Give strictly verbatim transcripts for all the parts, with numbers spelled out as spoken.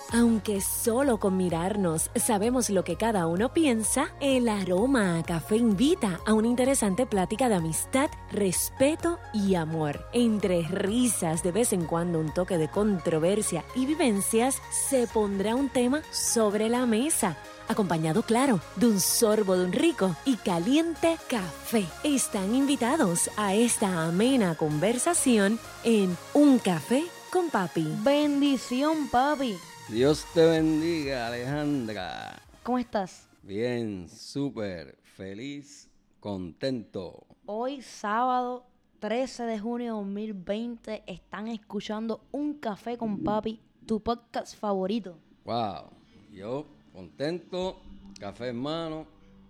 Aunque solo con mirarnos sabemos lo que cada uno piensa, el aroma a café invita a una interesante plática de amistad, respeto y amor. Entre risas, de vez en cuando un toque de controversia y vivencias, se pondrá un tema sobre la mesa, acompañado, claro, de un sorbo de un rico y caliente café. Están invitados a esta amena conversación en Un Café con Papi. Bendición, papi. Dios te bendiga, Alejandra. ¿Cómo estás? Bien, súper, feliz, contento. Hoy, sábado trece de junio de dos mil veinte, están escuchando Un Café con Papi, tu podcast favorito. Wow, yo contento, café en mano.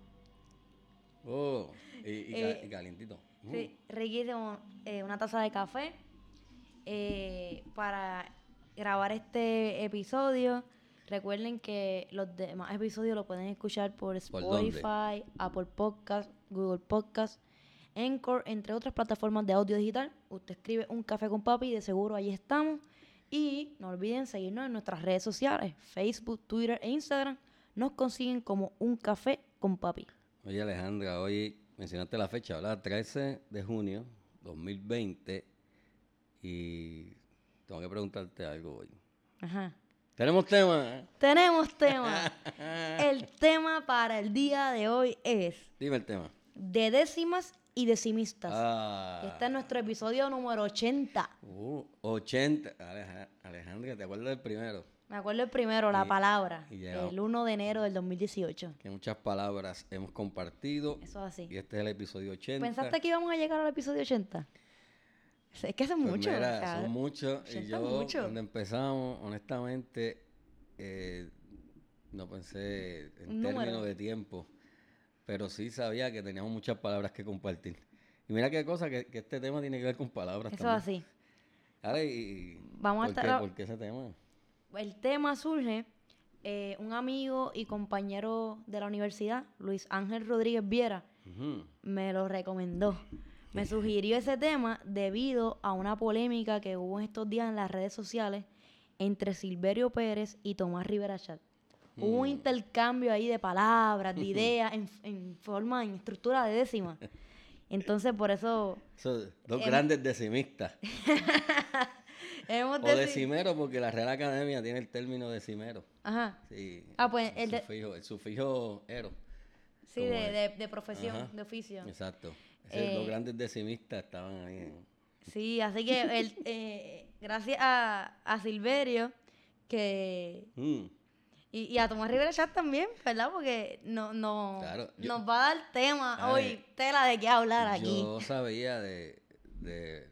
Oh, y, y, Eh, ca- y calientito. Mm. Sí, riquísimo, eh, una taza de café eh, para grabar este episodio. Recuerden que los demás episodios lo pueden escuchar por ¿Por dónde? Spotify, Apple Podcast, Google Podcast, Anchor, entre otras plataformas de audio digital. Usted escribe Un Café con Papi y de seguro ahí estamos. Y no olviden seguirnos en nuestras redes sociales, Facebook, Twitter e Instagram. Nos consiguen como Un Café con Papi. Oye, Alejandra, hoy mencionaste la fecha, ¿verdad? trece de junio dos mil veinte. Y tengo que preguntarte algo hoy. Ajá. ¿Tenemos tema? Tenemos tema. El tema para el día de hoy es Dime el tema. de décimas y decimistas. Ah. Este es nuestro episodio número ochenta. Uh, ochenta. Aleja- Alejandra, ¿te acuerdas del primero? Me acuerdo el primero, la Y- palabra, y ya- el uno de enero del dos mil dieciocho. Que muchas palabras hemos compartido. Eso es así. Y este es el episodio ochenta. ¿Pensaste que íbamos a llegar al episodio ochenta? Es que hace Pues mucho. mira, o sea, son muchos. Y ochenta yo, mucho. cuando empezamos, honestamente, eh, no pensé en Un número. términos de tiempo. Pero sí sabía que teníamos muchas palabras que compartir. Y mira qué cosa, que, que este tema tiene que ver con palabras Eso también. es así. Dale, y, Vamos a ¿por estar- qué? ¿Por qué ese tema? El tema surge, eh, un amigo y compañero de la universidad, Luis Ángel Rodríguez Viera, Ujú. me lo recomendó. Me sugirió ese tema debido a una polémica que hubo en estos días en las redes sociales entre Silverio Pérez y Tomás Rivera Chat. Hubo un intercambio ahí de palabras, de ideas, en, en forma, en estructura de décima. Entonces, por eso Eso, dos Em- grandes decimistas. hemos O deci- decimero, porque la Real Academia tiene el término decimero. Ajá. Sí. Ah, pues, el el, de- sufijo, el sufijo ero. Sí, Como de, es. de, de profesión, Ajá. de oficio. Exacto. Ese- Eh, Los grandes decimistas estaban ahí. en- Sí, así que el, eh, gracias a, a Silverio que Mm, y, y a Tomás Rivera Chat también, ¿verdad? Porque no, no, Claro, yo- nos va a dar tema A hoy, ver, tela de qué hablar aquí. Yo sabía de, de,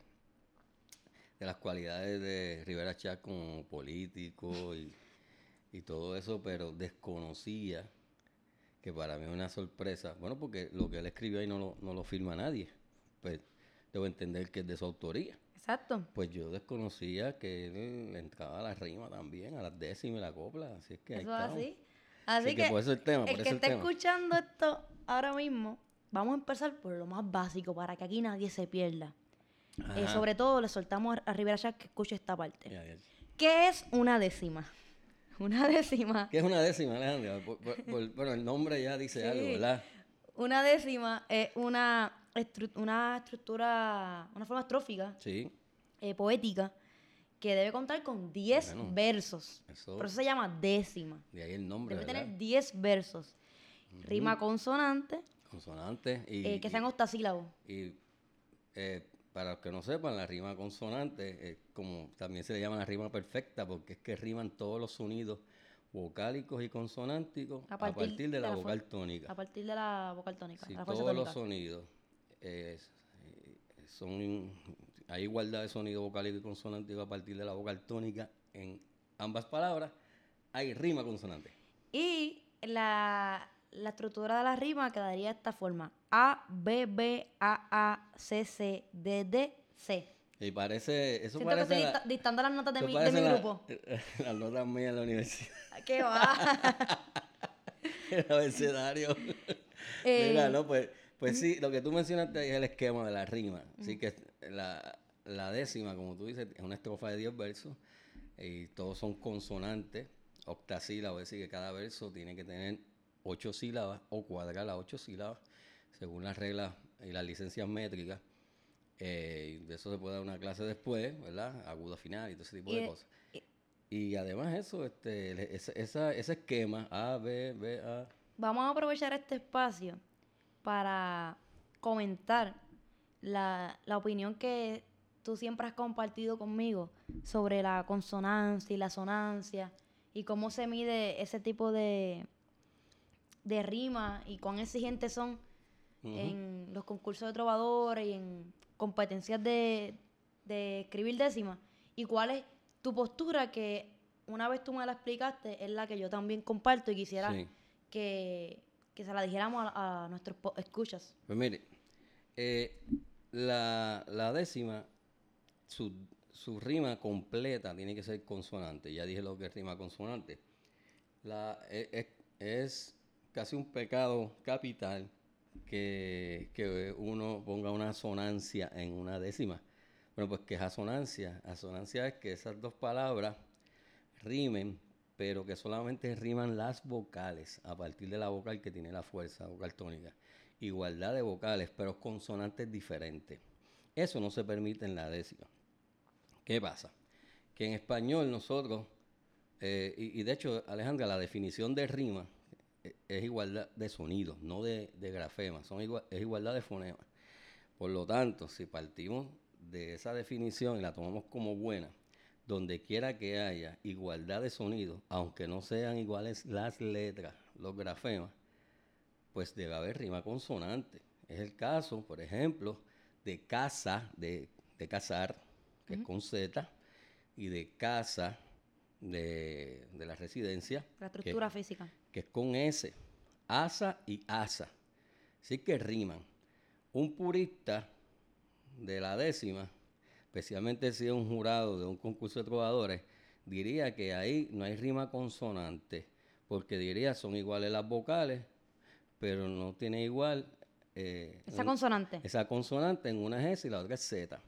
de las cualidades de Rivera Chat como político y, y todo eso, pero desconocía, que para mí es una sorpresa. Bueno, porque lo que él escribió ahí no lo, no lo firma nadie. Pues debo entender que es de su autoría. Exacto. Pues yo desconocía que él le entraba a la rima también, a las décimas y la copla. Así es que ahí Eso es estamos. así. Así Así que que, por eso el tema, por el eso que el esté tema. escuchando esto ahora mismo, vamos a empezar por lo más básico para que aquí nadie se pierda. Eh, Ajá. sobre todo le soltamos a, a Rivera Chat que escuche esta parte. Ya, ya. ¿Qué es una décima? Una décima. ¿Qué es una décima, Alejandra? Por- por- por- bueno, el nombre ya dice Sí. algo, ¿verdad? Una décima es una, estru- una estructura, una forma estrófica, Sí. eh, poética, que debe contar con diez Bueno, versos. eso- Por eso se llama décima. De ahí el nombre, Debe ¿verdad? tener diez versos. Rima consonante, Consonantes y, eh, que sean octasílabos. y, eh, para los que no sepan, la rima consonante es como también se le llama la rima perfecta porque es que riman todos los sonidos vocálicos y consonánticos a partir, de la, fo- vocal tónica. A partir de la vocal tónica. Si la fuerza todos tónica. los sonidos eh, eh, son hay igualdad de sonido vocálico y consonántico a partir de la vocal tónica en ambas palabras, hay rima consonante. Y la, la estructura de la rima quedaría de esta forma. A, B, B, A, A, C, C, D, D, C. Y parece, eso Siento que parece estoy la- dicta- dictando las notas de eso mi, de parece mi la- grupo. las notas mías en la universidad. ¿Qué va? El abecedario. Eh, Mira, no, pues, pues sí, lo que tú mencionaste ahí es el esquema de la rima. Así que la, la décima, como tú dices, es una estrofa de diez versos y todos son consonantes octasílabo, es decir, que cada verso tiene que tener ocho sílabas o cuadrar las ocho sílabas, según las reglas y las licencias métricas. Eh, de eso se puede dar una clase después, ¿verdad? Agudo final y todo ese tipo Y- de cosas. Y además eso, este, le- ese, esa- ese esquema A, B, B, A. Vamos a aprovechar este espacio para comentar la, la opinión que tú siempre has compartido conmigo sobre la consonancia y la asonancia y cómo se mide ese tipo de, de rimas y cuán exigentes son Ujú. en los concursos de trovadores y en competencias de, de escribir décimas. ¿Y cuál es tu postura que una vez tú me la explicaste es la que yo también comparto y quisiera Sí. que, que se la dijéramos a, a nuestros po- escuchas? Pues mire, eh, la, la décima, su, su rima completa tiene que ser consonante. Ya dije lo que es rima consonante. La, e- es, es casi un pecado capital que, que uno ponga una asonancia en una décima. Bueno, pues ¿qué es asonancia? Asonancia es que esas dos palabras rimen, pero que solamente riman las vocales a partir de la vocal que tiene la fuerza vocal tónica. Igualdad de vocales, pero consonantes diferentes. Eso no se permite en la décima. ¿Qué pasa? Que en español nosotros, eh, y, y de hecho, Alejandra, la definición de rima eh, es igualdad de sonidos, no de, de grafemas, son igual, es igualdad de fonemas. Por lo tanto, si partimos de esa definición y la tomamos como buena, donde quiera que haya igualdad de sonidos, aunque no sean iguales las letras, los grafemas, pues debe haber rima consonante. Es el caso, por ejemplo, de casa, de, de cazar, que es con Z, y de casa, de, de la residencia, La que, estructura física. que es con S, asa y asa. Así que riman. Un purista de la décima, especialmente si es un jurado de un concurso de trovadores, diría que ahí no hay rima consonante, porque diría son iguales las vocales, pero no tiene igual eh, Esa un- consonante. esa consonante en una es S y la otra es Z.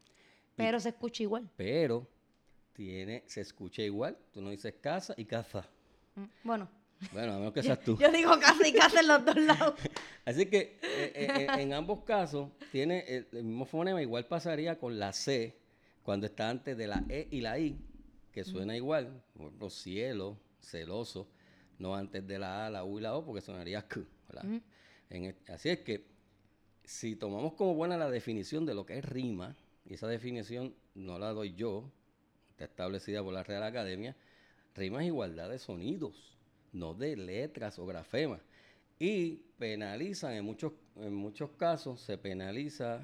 Pero se escucha igual. Pero tiene, se escucha igual. Tú no dices casa y caza. Mm, Bueno, Bueno, a menos que seas tú. yo digo casa y casa en los dos lados. Así que eh, eh, eh, en ambos casos tiene el, el mismo fonema. Igual pasaría con la C cuando está antes de la E y la I, que suena igual. Por ejemplo, cielo, celoso, no antes de la A, la U y la O, porque sonaría Q. ¿Verdad? Ujú. En el- así es que si tomamos como buena la definición de lo que es rima, y esa definición no la doy yo, está establecida por la Real Academia, rima es igualdad de sonidos, no de letras o grafemas. Y penalizan, en muchos, en muchos casos, se penaliza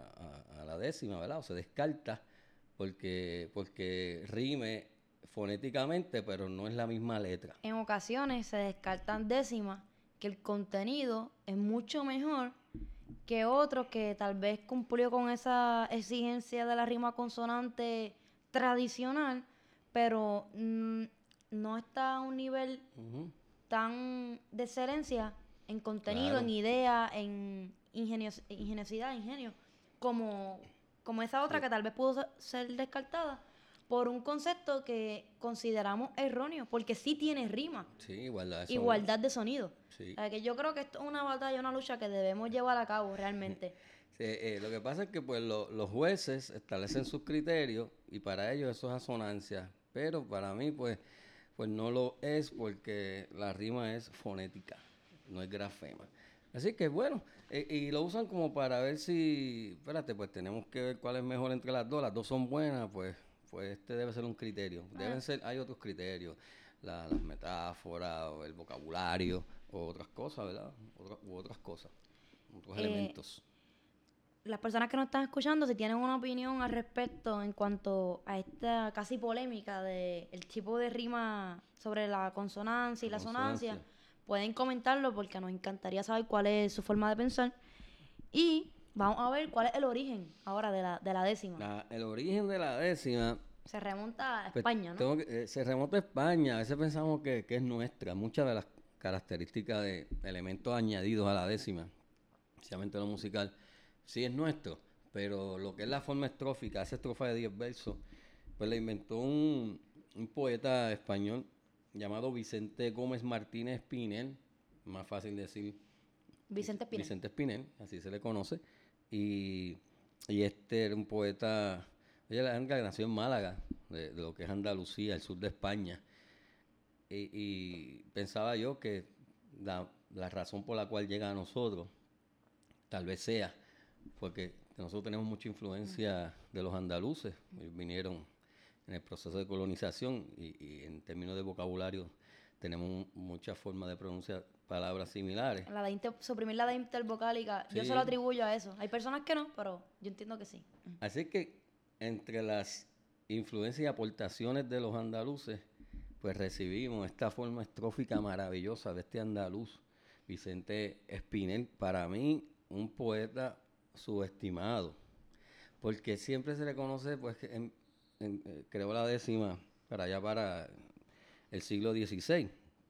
a, a- a la décima, ¿verdad? O se descarta porque, porque rime fonéticamente, pero no es la misma letra. En ocasiones se descartan décimas que el contenido es mucho mejor que otro que tal vez cumplió con esa exigencia de la rima consonante tradicional, pero mm, no está a un nivel Ujú. tan de excelencia en contenido, Claro. en idea, en ingenios- ingeniosidad, ingenio, como, como esa otra Sí. que tal vez pudo se- ser descartada por un concepto que consideramos erróneo, porque sí tiene rima, Sí, igualdad de sonidos. igualdad de sonido. Sí. O sea, que yo creo que esto es una batalla, una lucha que debemos llevar a cabo realmente. Sí, eh, lo que pasa es que pues lo- los jueces establecen sus criterios y para ellos eso es asonancia, pero para mí pues, pues no lo es porque la rima es fonética, no es grafema. Así que bueno, eh, y lo usan como para ver si, espérate, pues tenemos que ver cuál es mejor entre las dos, las dos son buenas, pues, pues este debe ser un criterio. Deben ser, hay otros criterios, la- las metáforas, o el vocabulario, o otras cosas, ¿verdad? Otra- u otras cosas, otros Eh, elementos. Las personas que nos están escuchando, si tienen una opinión al respecto en cuanto a esta casi polémica de el tipo de rima sobre la consonancia y la La asonancia, consonancia. pueden comentarlo porque nos encantaría saber cuál es su forma de pensar. Y vamos a ver cuál es el origen ahora de la, de la décima. La- el origen de la décima Se remonta a pues, España, ¿no? tengo que- eh, se remonta a España. A veces pensamos que, que es nuestra. Muchas de las características de elementos añadidos a la décima, especialmente lo musical, sí es nuestro. Pero lo que es la forma estrófica, esa estrofa de diez versos, pues la inventó un, un poeta español llamado Vicente Gómez Martínez Espinel, más fácil decir Vicente Espinel. Vicente Espinel, así se le conoce, y, y este era un poeta, oye, la que nació en Málaga, de, de lo que es Andalucía, el sur de España, y, y pensaba yo que la, la razón por la cual llega a nosotros, tal vez sea, porque nosotros tenemos mucha influencia de los andaluces, ellos vinieron en el proceso de colonización y, y en términos de vocabulario tenemos muchas formas de pronunciar palabras similares. La de inter, suprimir la de intervocálica, sí. Yo se lo atribuyo a eso. Hay personas que no, pero yo entiendo que sí. Así que entre las influencias y aportaciones de los andaluces, pues recibimos esta forma estrófica maravillosa de este andaluz, Vicente Espinel, para mí un poeta subestimado, porque siempre se le conoce, pues, que en, en, eh, creó la décima para allá para el siglo dieciséis,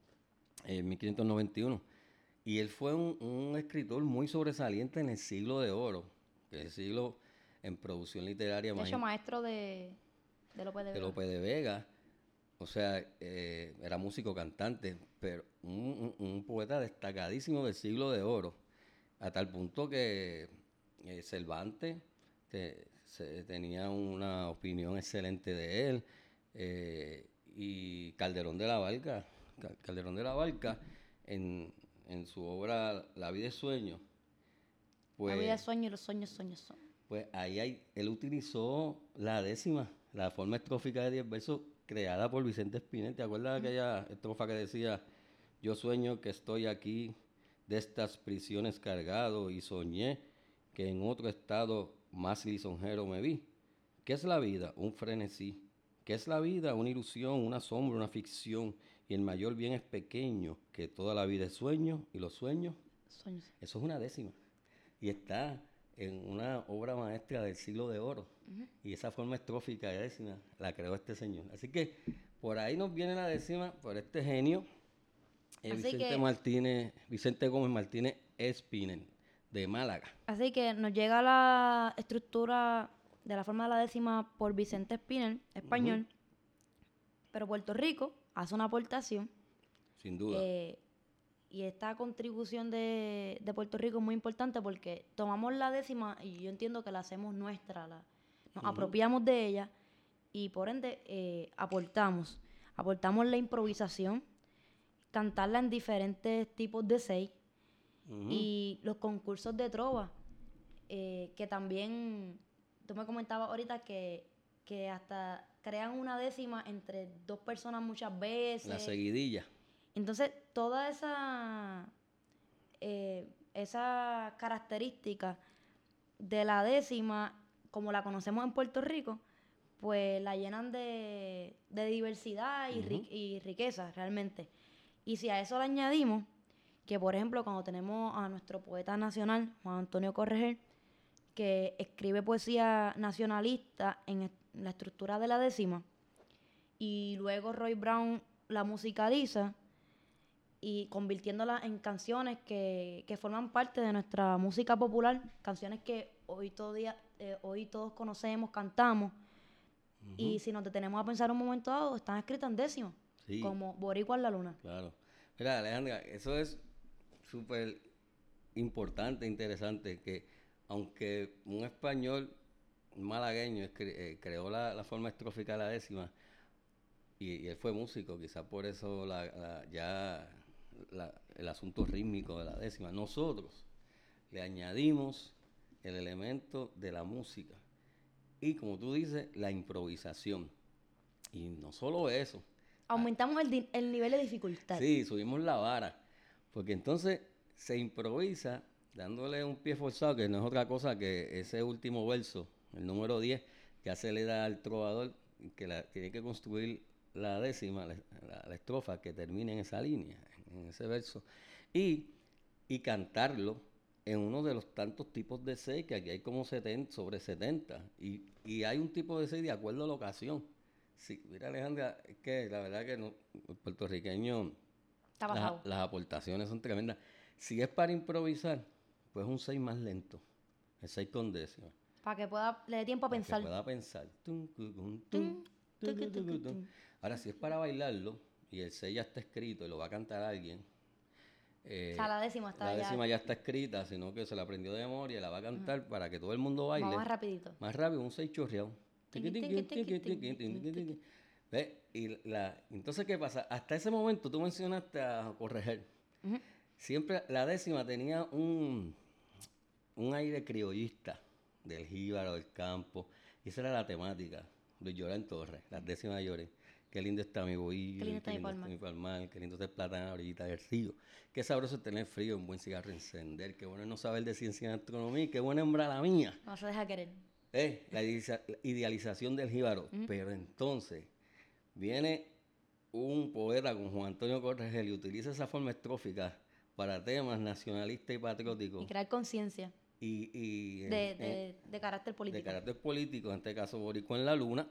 en mil quinientos noventa y uno, y él fue un, un escritor muy sobresaliente en el siglo de oro, que es el siglo en producción literaria. De hecho, maestro de, de Lope de Vega. De Lope de Vega, o sea, eh, era músico, cantante, pero un, un, un poeta destacadísimo del siglo de oro, a tal punto que eh, Cervantes te, se, tenía una opinión excelente de él, eh, y Calderón de la Barca, Calderón de la Barca, en, en su obra La vida es sueño, pues, la vida es sueño y los sueños sueños son. Pues ahí hay, él utilizó la décima, la forma estrófica de diez versos creada por Vicente Espinel. ¿Te acuerdas de aquella estrofa que decía: yo sueño que estoy aquí de estas prisiones cargado y soñé que en otro estado más lisonjero me vi? ¿Qué es la vida? Un frenesí. ¿Qué es la vida? Una ilusión, una sombra, una ficción. Y el mayor bien es pequeño, que toda la vida es sueño y los sueños. Sueños. Eso es una décima. Y está en una obra maestra del siglo de oro. Uh-huh. Y esa forma estrófica de décima la creó este señor. Así que por ahí nos viene la décima, por este genio, eh, Vicente que, Martínez, Vicente Gómez Martínez Espinel, de Málaga. Así que nos llega la estructura de la forma de la décima por Vicente Espinel, español, uh-huh. Pero Puerto Rico hace una aportación. Sin duda. Eh, Y esta contribución de, de Puerto Rico es muy importante porque tomamos la décima y yo entiendo que la hacemos nuestra, la, nos uh-huh. apropiamos de ella y por ende eh, aportamos. Aportamos la improvisación, cantarla en diferentes tipos de seis uh-huh. y los concursos de trova, eh, que también, tú me comentabas ahorita que, que hasta crean una décima entre dos personas muchas veces. La seguidilla. Entonces, toda esa, eh, esa característica de la décima, como la conocemos en Puerto Rico, pues la llenan de, de diversidad y, uh-huh. ri- y riqueza realmente. Y si a eso le añadimos que, por ejemplo, cuando tenemos a nuestro poeta nacional, Juan Antonio Correger, que escribe poesía nacionalista en est- la estructura de la décima, y luego Roy Brown la musicaliza, y convirtiéndola en canciones que, que forman parte de nuestra música popular, canciones que hoy, todo día, eh, hoy todos conocemos, cantamos, uh-huh. y si nos detenemos a pensar un momento dado, están escritas en décima, sí. Como Boricua en la luna. Claro. Mira, Alejandra, eso es súper importante, interesante, que aunque un español malagueño cre- eh, creó la, la forma estrófica de la décima, y, y él fue músico, quizás por eso la, la, ya... La, el asunto rítmico de la décima, nosotros le añadimos el elemento de la música y, como tú dices, la improvisación. Y no solo eso, aumentamos el, di- el nivel de dificultad. Sí, subimos la vara, porque entonces se improvisa dándole un pie forzado, que no es otra cosa que ese último verso, el número diez, que hace le da al trovador, que la, tiene que construir la décima, la, la, la estrofa que termine en esa línea, en ese verso, y, y cantarlo en uno de los tantos tipos de seis, que aquí hay como setenta, sobre setenta, y, y hay un tipo de seis de acuerdo a la ocasión. Sí, mira, Alejandra, es que la verdad que no, el puertorriqueño, la, las aportaciones son tremendas. Si es para improvisar, pues un seis más lento, el seis con décima. Para que pueda, le dé tiempo a para pensar. Que pueda pensar. Tum, tum, tum, tum, tum, tum, tum, tum. Ahora, si es para bailarlo, y el seis ya está escrito y lo va a cantar alguien, eh, O sea, la décima está la ya- décima ya está escrita, sino que se la aprendió de memoria y la va a cantar para que todo el mundo baile. Vamos más rapidito. Más rápido, un seis chorreado. Tiqui, tiqui, tiqui, tiqui, tiqui. ¿Ves? Y la, entonces, ¿qué pasa? Hasta ese momento tú mencionaste a Correger. Ujú. Siempre la décima tenía un, un aire criollista del jíbaro, del campo. Y esa era la temática. Luis Llorén Torres, las décimas de Llorén. Qué lindo está mi bohío, Qué lindo está mi palmar. mi palmar, qué lindo está el plátano a la orillita del río. Qué sabroso es tener frío, un buen cigarro encender. Qué bueno es no saber de ciencia y astronomía. Qué buena hembra la mía. No se deja querer. Eh, la, idealiza- la idealización del jíbaro. Pero entonces viene un poeta como Juan Antonio Corregel y utiliza esa forma estrófica para temas nacionalistas y patrióticos Y crear conciencia y, y en- de, en- de, de carácter político. de carácter político, en este caso Boricua en la Luna.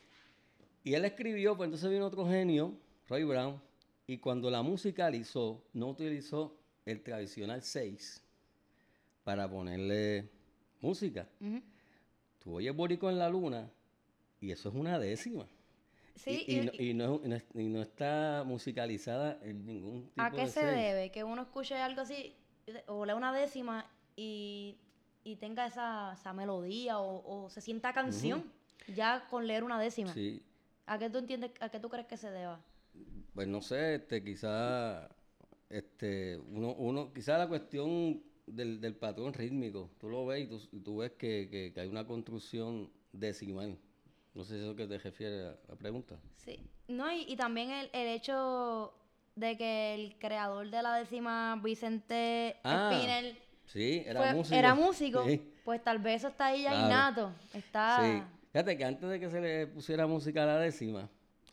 Y él escribió, pues entonces vino otro genio, Roy Brown, y cuando la musicalizó, no utilizó el tradicional seis para ponerle música. Ujú. Tú oyes Boricua en la Luna y eso es una décima. Sí, y, y y- no, y no- y no es- y no está musicalizada en ningún tipo ¿A qué de se seis. debe? Que uno escuche algo así, o lea una décima y, y tenga esa, esa melodía o, o se sienta canción, ya con leer una décima. Sí, ¿A qué tú entiendes, a qué tú crees que se deba? pues no sé, este, quizá, este, uno, uno, quizá la cuestión del, del patrón rítmico, tú lo ves y tú, y tú ves que, que- que hay una construcción decimal. No sé si es eso que te refiere a la pregunta. Sí. No, y, y también el, el hecho de que el creador de la décima, Vicente Ah, Espinel, Sí, era fue- músico. era músico, Sí, pues tal vez eso está ahí ya Claro. innato. Está... sí. Fíjate que antes de que se le pusiera música a la décima,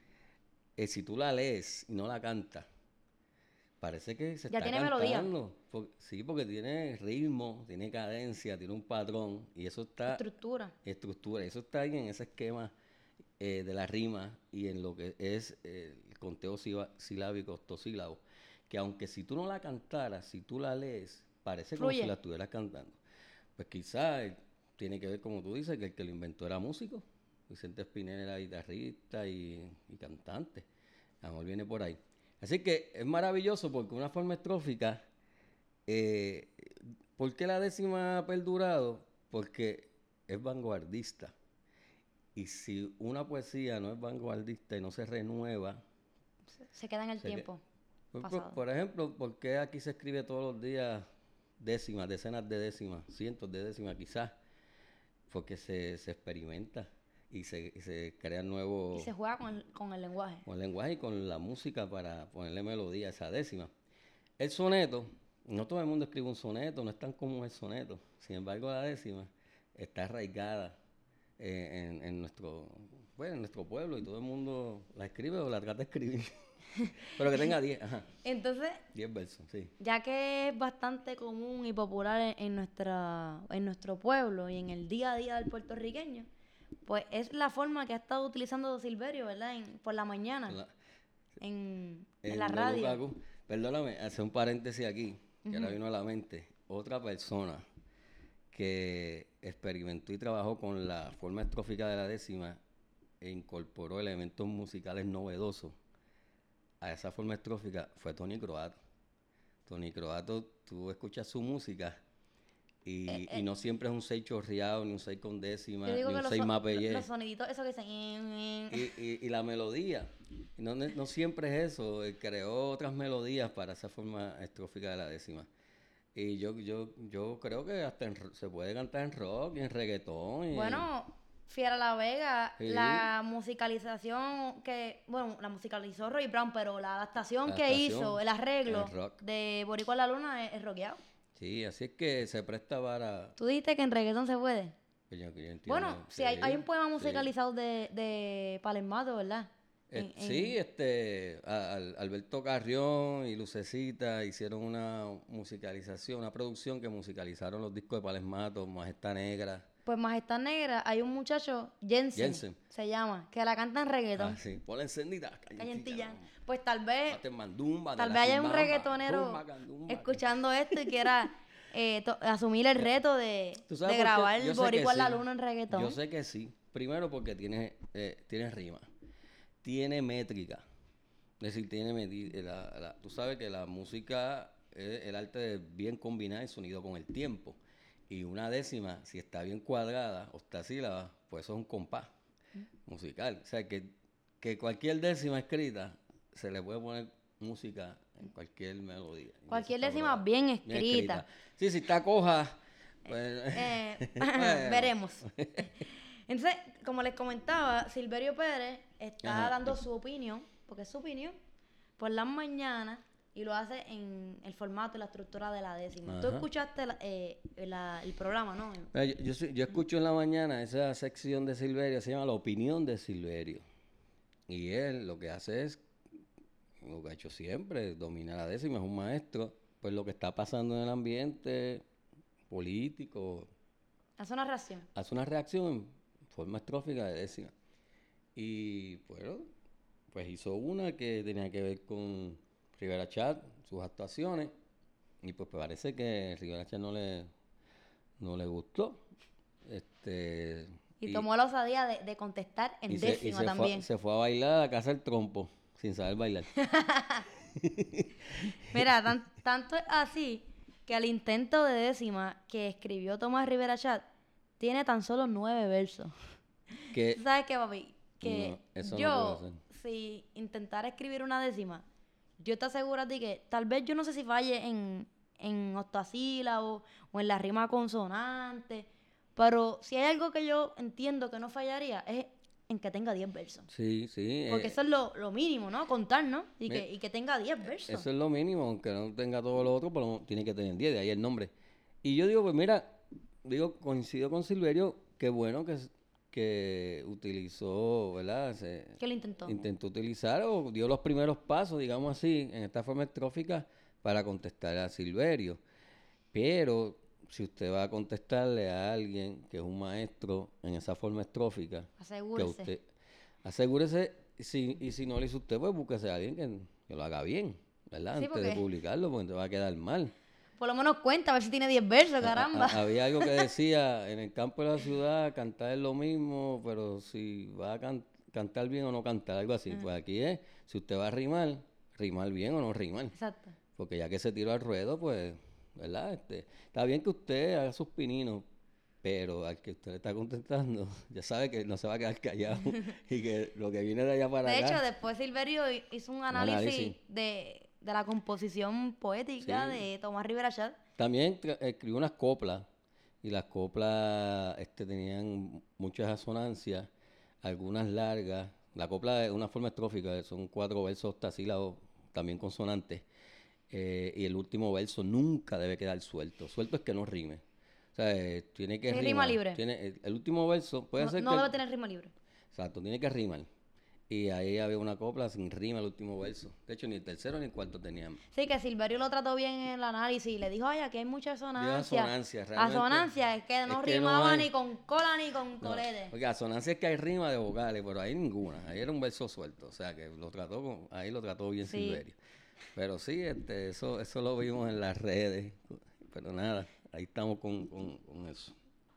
eh, si tú la lees y no la cantas, parece que se Ya está tiene melodía. cantando. Por- sí, porque tiene ritmo, tiene cadencia, tiene un patrón y eso está estructura. estructura. Eso está ahí en ese esquema eh, de la rima y en lo que es eh, el conteo siba- silábico, octosílabo. Que aunque si tú no la cantaras, si tú la lees, parece como Fluye. si la estuvieras cantando. Pues quizás tiene que ver, como tú dices, que el que lo inventó era músico. Vicente Espinel era guitarrista y, y cantante. A lo mejor viene por ahí. Así que es maravilloso porque una forma estrófica. Eh, ¿Por qué la décima ha perdurado? Porque es vanguardista. Y si una poesía no es vanguardista y no se renueva, Se, se queda en el Se que- tiempo por, por- pasado. por ejemplo, ¿por qué aquí se escribe todos los días décimas, decenas de décimas, cientos de décimas quizás? Porque se, se experimenta y se, y se crean nuevos Y se juega con el, con el lenguaje. con el lenguaje y con la música para ponerle melodía a esa décima. El soneto, no todo el mundo escribe un soneto, no es tan común el soneto. Sin embargo, la décima está arraigada eh, en, en nuestro, bueno, en nuestro pueblo y todo el mundo la escribe o la trata de escribir. Pero que tenga diez, ajá, Entonces, diez versos, sí. ya que es bastante común y popular en, en nuestra, en nuestro pueblo y en el día a día del puertorriqueño, pues es la forma que ha estado utilizando Silverio, ¿verdad? En- por la mañana, La- en, en en la Lolo radio. Cacu. Perdóname, hace un paréntesis aquí, que ahora vino a la mente. Otra persona que experimentó y trabajó con la forma estrófica de la décima e incorporó elementos musicales novedosos a esa forma estrófica fue Tony Croato. Tony Croato, tú escuchas su música y, Eh, y eh. no siempre es un seis chorreado, ni un seis con décima, Yo ni digo que un los, seis son- mapellé. los soniditos, eso que dicen... "in, in". Y, y, y la melodía. Y no, no no siempre es eso. Él creó otras melodías para esa forma estrófica de la décima. Y yo, yo, yo creo que hasta en ro- se puede cantar en rock y en reggaetón. y en- Bueno, Fiera La Vega, Sí. la musicalización que, bueno, la musicalizó Roy Brown, pero la adaptación La que adaptación hizo, el arreglo en rock. de Boricua en la Luna es, es rockeado. Sí, así es que se presta para... Tú dijiste que en reggaetón se puede. que yo- que yo entiendo, Bueno, sí, hay, hay un poema sí. musicalizado de, de Palermato, ¿verdad? Eh, En- en- Sí, este, a- al- Alberto Carrión y Lucecita hicieron una musicalización, una producción que musicalizaron los discos de Palesmato, Majestad Negra. Pues Majestad Negra, hay un muchacho, Jensen, Jensen. se llama, que la canta en reggaetón. Ah, sí, ponla encendida, Callentilla. callentilla. Pues tal vez, Bate mandumba, de tal la vez haya un quimbamba, reggaetonero rumba, candumba. escuchando esto y quiera eh, to- asumir el reto de, ¿Tú de sabes por qué? grabar Yo sé Boricua que en la sí. Luna en reggaetón. Yo sé que sí. Primero porque tiene, eh, tiene rima, tiene métrica. Es decir, tiene medida. La, la- tú sabes que la música es el arte de bien combinar el sonido con el tiempo. Y una décima, si está bien cuadrada, octasílaba, pues eso es un compás musical. O sea, que, que cualquier décima escrita se le puede poner música en cualquier melodía. Y eso Cualquier está décima brother. bien escrita. Sí, si está coja, pues... Eh, bueno. veremos. Entonces, como les comentaba, Silverio Pérez está Ajá. dando su opinión, porque es su opinión, por las mañanas y lo hace en el formato y la estructura de la décima. Tú Ajá. escuchaste la- eh, la- el programa, ¿no? Mira, Yo, yo, soy- yo escucho en la mañana esa sección de Silverio, se llama La Opinión de Silverio. Y él lo que hace es, lo que ha hecho siempre, domina la décima, es un maestro. Pues lo que está pasando en el ambiente político, Hace una reacción. hace una reacción en forma estrófica de décima. Y bueno, pues hizo una que tenía que ver con Rivera Chat, sus actuaciones. Y pues parece que Rivera Chat no le, no le gustó. Este, Y, tomó la osadía de, de contestar en y se- y décima se también. Fue, se fue a bailar a la casa del trompo, sin saber bailar. Mira, tan- tanto es así que el intento de décima que escribió Tomás Rivera Chat tiene tan solo nueve versos. Que ¿Tú sabes qué, papi? Que No, eso no yo, puedo hacer. si intentara escribir una décima, yo te aseguro a ti que tal vez yo no sé si falle en, en octosílabos o en la rima consonante, pero si hay algo que yo entiendo que no fallaría es en que tenga diez versos. sí, sí. Porque eh, eso es lo, lo mínimo, ¿no? Contar, ¿no? Y Me- que, y que tenga diez versos. Eso es lo mínimo, aunque no tenga todo lo otro, pero tiene que tener diez, de ahí el nombre. Y yo digo, pues mira, digo, coincido con Silverio, qué bueno que, s- que utilizó, ¿verdad? Se, ¿Qué lo intentó? intentó utilizar o dio los primeros pasos, digamos así, en esta forma estrófica para contestar a Silverio. Pero si usted va a contestarle a alguien que es un maestro en esa forma estrófica, que Asegúrese. usted asegúrese, si, y si no lo hizo usted, pues búsquese a alguien que, que lo haga bien, ¿verdad? Sí, Antes de porque- publicarlo, porque te va a quedar mal. Por lo menos cuenta, a ver si tiene diez versos, A- a- caramba. a- había algo que decía, en el campo de la ciudad cantar es lo mismo, pero si va a can- cantar bien o no cantar, algo así. Pues aquí es, si usted va a rimar, rimar bien o no rimar. Exacto. Porque ya que se tiró al ruedo, pues, ¿verdad? Este, está bien que usted haga sus pininos, pero al que usted le está contestando, ya sabe que no se va a quedar callado y que lo que viene de allá para De acá. hecho, después Silverio hi- hizo un análisis, análisis. De, de la composición poética Sí. de Tomás Rivera Chat. También tra- escribió unas coplas y las coplas este, tenían muchas asonancias, algunas largas. La copla es una forma estrófica, son cuatro versos octasílabos, también consonantes. eh, y el último verso nunca debe quedar suelto. Suelto es que no rime. O sea, eh, tiene que Sí, rima rimar. libre. Tiene, el, el último verso puede No, ser no que... debe tener rima libre. Exacto, tiene que rimar. Y ahí había una copla sin rima el último verso. De hecho, ni el tercero ni el cuarto tenían. Sí, que Silverio lo trató bien en el análisis y le dijo, oye, aquí hay mucha asonancia. asonancia, realmente. Asonancia, es que no Es que no rimaba hay. ni con cola ni con No, colete. porque asonancia es que hay rima de vocales, pero ahí ninguna. Ahí era un verso suelto. O sea, que lo trató con- ahí lo trató bien Sí. Silverio. Pero sí, este, eso, eso lo vimos en las redes. Pero nada, ahí estamos con, con, con eso.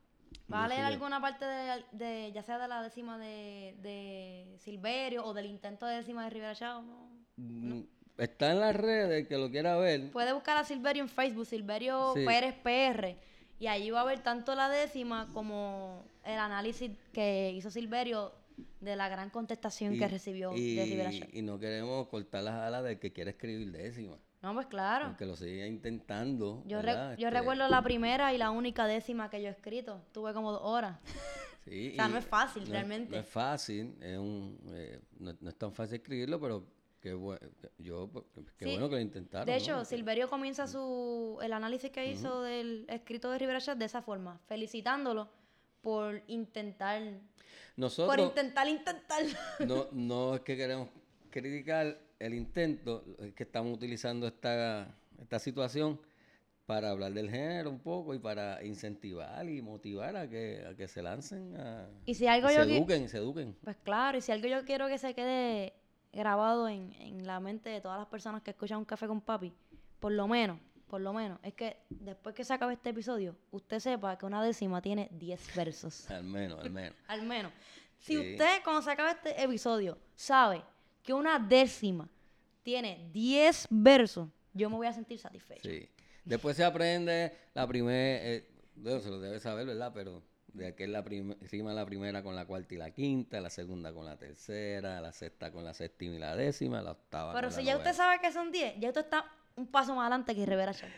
¿Va a leer Decirle- alguna parte de, de- ya sea de la décima de, de Silverio o del intento de décima de Rivera Chat? No. Mm, Está en las redes, el que lo quiera ver. Puede buscar a Silverio en Facebook, Silverio Sí. Pérez P R, y allí va a ver tanto la décima como el análisis que hizo Silverio de la gran contestación Y- que recibió y, de Rivera Chat. y no queremos cortar las alas del que quiera escribir décima. No, pues claro. Aunque lo siga intentando. Yo, re- ¿verdad? yo Este, recuerdo la primera y la única décima que yo he escrito. Tuve como dos horas. sí, o sea, y no es fácil, no- realmente. No es fácil, es un, eh, no, no es tan fácil escribirlo, pero qué, bue- yo, pues, qué- qué Sí, bueno que lo intentaron. De ¿no? hecho, Porque- Silverio comienza su el análisis que hizo del escrito de Rivera Chat de esa forma, felicitándolo por intentar, por Nosotros intentar, intentar. no, no es que queremos criticar el intento, es que estamos utilizando esta, esta situación para hablar del género un poco y para incentivar y motivar a que, a que se lancen, a, Y si algo y yo se qui- eduquen, se eduquen. Pues claro, y si algo yo quiero que se quede grabado en, en la mente de todas las personas que escuchan Un Café con Papi, por lo menos, por lo menos, es que después que se acabe este episodio, usted sepa que una décima tiene diez versos. Al menos, al menos. Al menos. Si Sí. usted, cuando se acabe este episodio, sabe que una décima tiene diez versos, yo me voy a sentir satisfecho. Sí. Después se aprende la primera, eh, se lo debe saber, ¿verdad? Pero de que es la prim- rima la primera con la cuarta y la quinta, la segunda con la tercera, la sexta con la séptima y la décima, la octava Pero con si la ya novena. usted sabe que son diez, ya usted está un paso más adelante que Rivera Chat.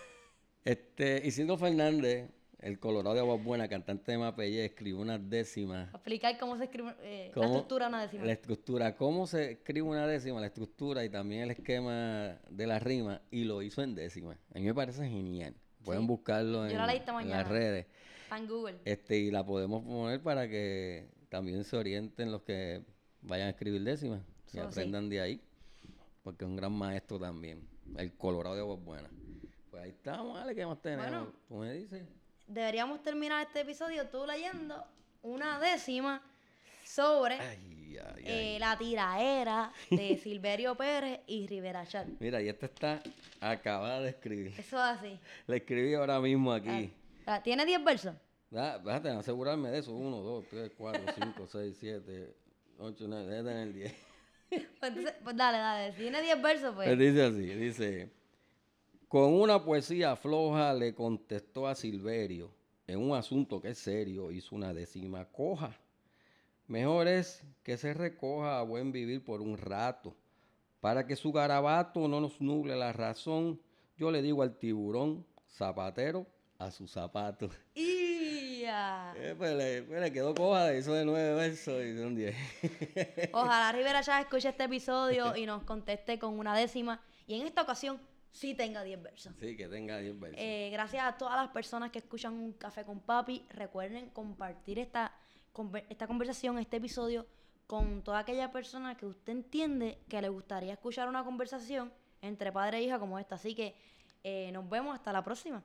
Este, Isidro Fernández, el Colorado de Aguas Buenas, cantante de Mapellé, escribió unas décimas. Explicar cómo se escribe eh, la ¿Cómo? estructura de una décima. La estructura, cómo se escribe una décima, la estructura y también el esquema de la rima, y lo hizo en décima. A mí me parece genial. Pueden Sí. buscarlo Yo en, la leí esta en mañana. las redes. Está en Google. Este, y la podemos poner para que también se orienten los que vayan a escribir décimas y Eso aprendan de ahí, porque es un gran maestro también, el Colorado de Aguas Buenas. Pues ahí estamos, dale, ¿qué más tenemos? Bueno. ¿Tú me dices? Deberíamos terminar este episodio tú leyendo una décima sobre Ay, ay, ay. eh, la tiraera de Silverio Pérez y Rivera Chat. Mira, y esta está acabada de escribir. Eso es así. La escribí ahora mismo aquí. Ah, ¿Tiene diez versos? Da- Déjate asegurarme de eso. uno, dos, tres, cuatro, cinco, seis, siete, ocho, nueve, déjate tener diez. Pues, entonces, pues dale, dale. Si tiene diez versos, pues. Pues dice así, dice, con una poesía floja le contestó a Silverio, en un asunto que es serio, hizo una décima coja. Mejor es que se recoja a buen vivir por un rato, para que su garabato no nos nuble la razón. Yo le digo al tiburón, zapatero, a sus zapatos. ¡Ia! Eh, pues, le, pues le quedó coja, hizo de nueve versos y son diez. Ojalá Rivera Chat escuche este episodio y nos conteste con una décima. Y en esta ocasión sí tenga diez versos. Sí, que tenga diez versos. Eh, gracias a todas las personas que escuchan Un Café con Papi. Recuerden compartir esta, conver- esta conversación, este episodio, con toda aquella persona que usted entiende que le gustaría escuchar una conversación entre padre e hija como esta. Así que eh, nos vemos hasta la próxima.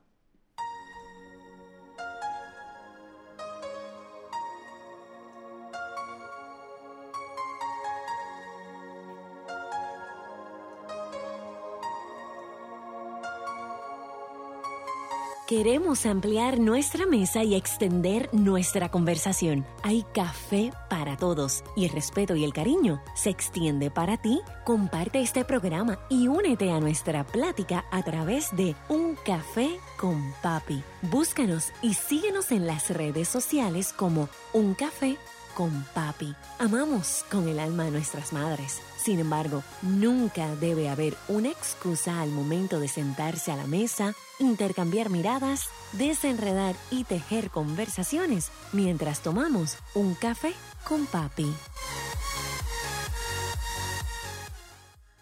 Queremos ampliar nuestra mesa y extender nuestra conversación. Hay café para todos y el respeto y el cariño se extiende para ti. Comparte este programa y únete a nuestra plática a través de Un Café con Papi. Búscanos y síguenos en las redes sociales como Un Café con Papi. Amamos con el alma a nuestras madres. Sin embargo, nunca debe haber una excusa al momento de sentarse a la mesa, intercambiar miradas, desenredar y tejer conversaciones mientras tomamos un café con Papi.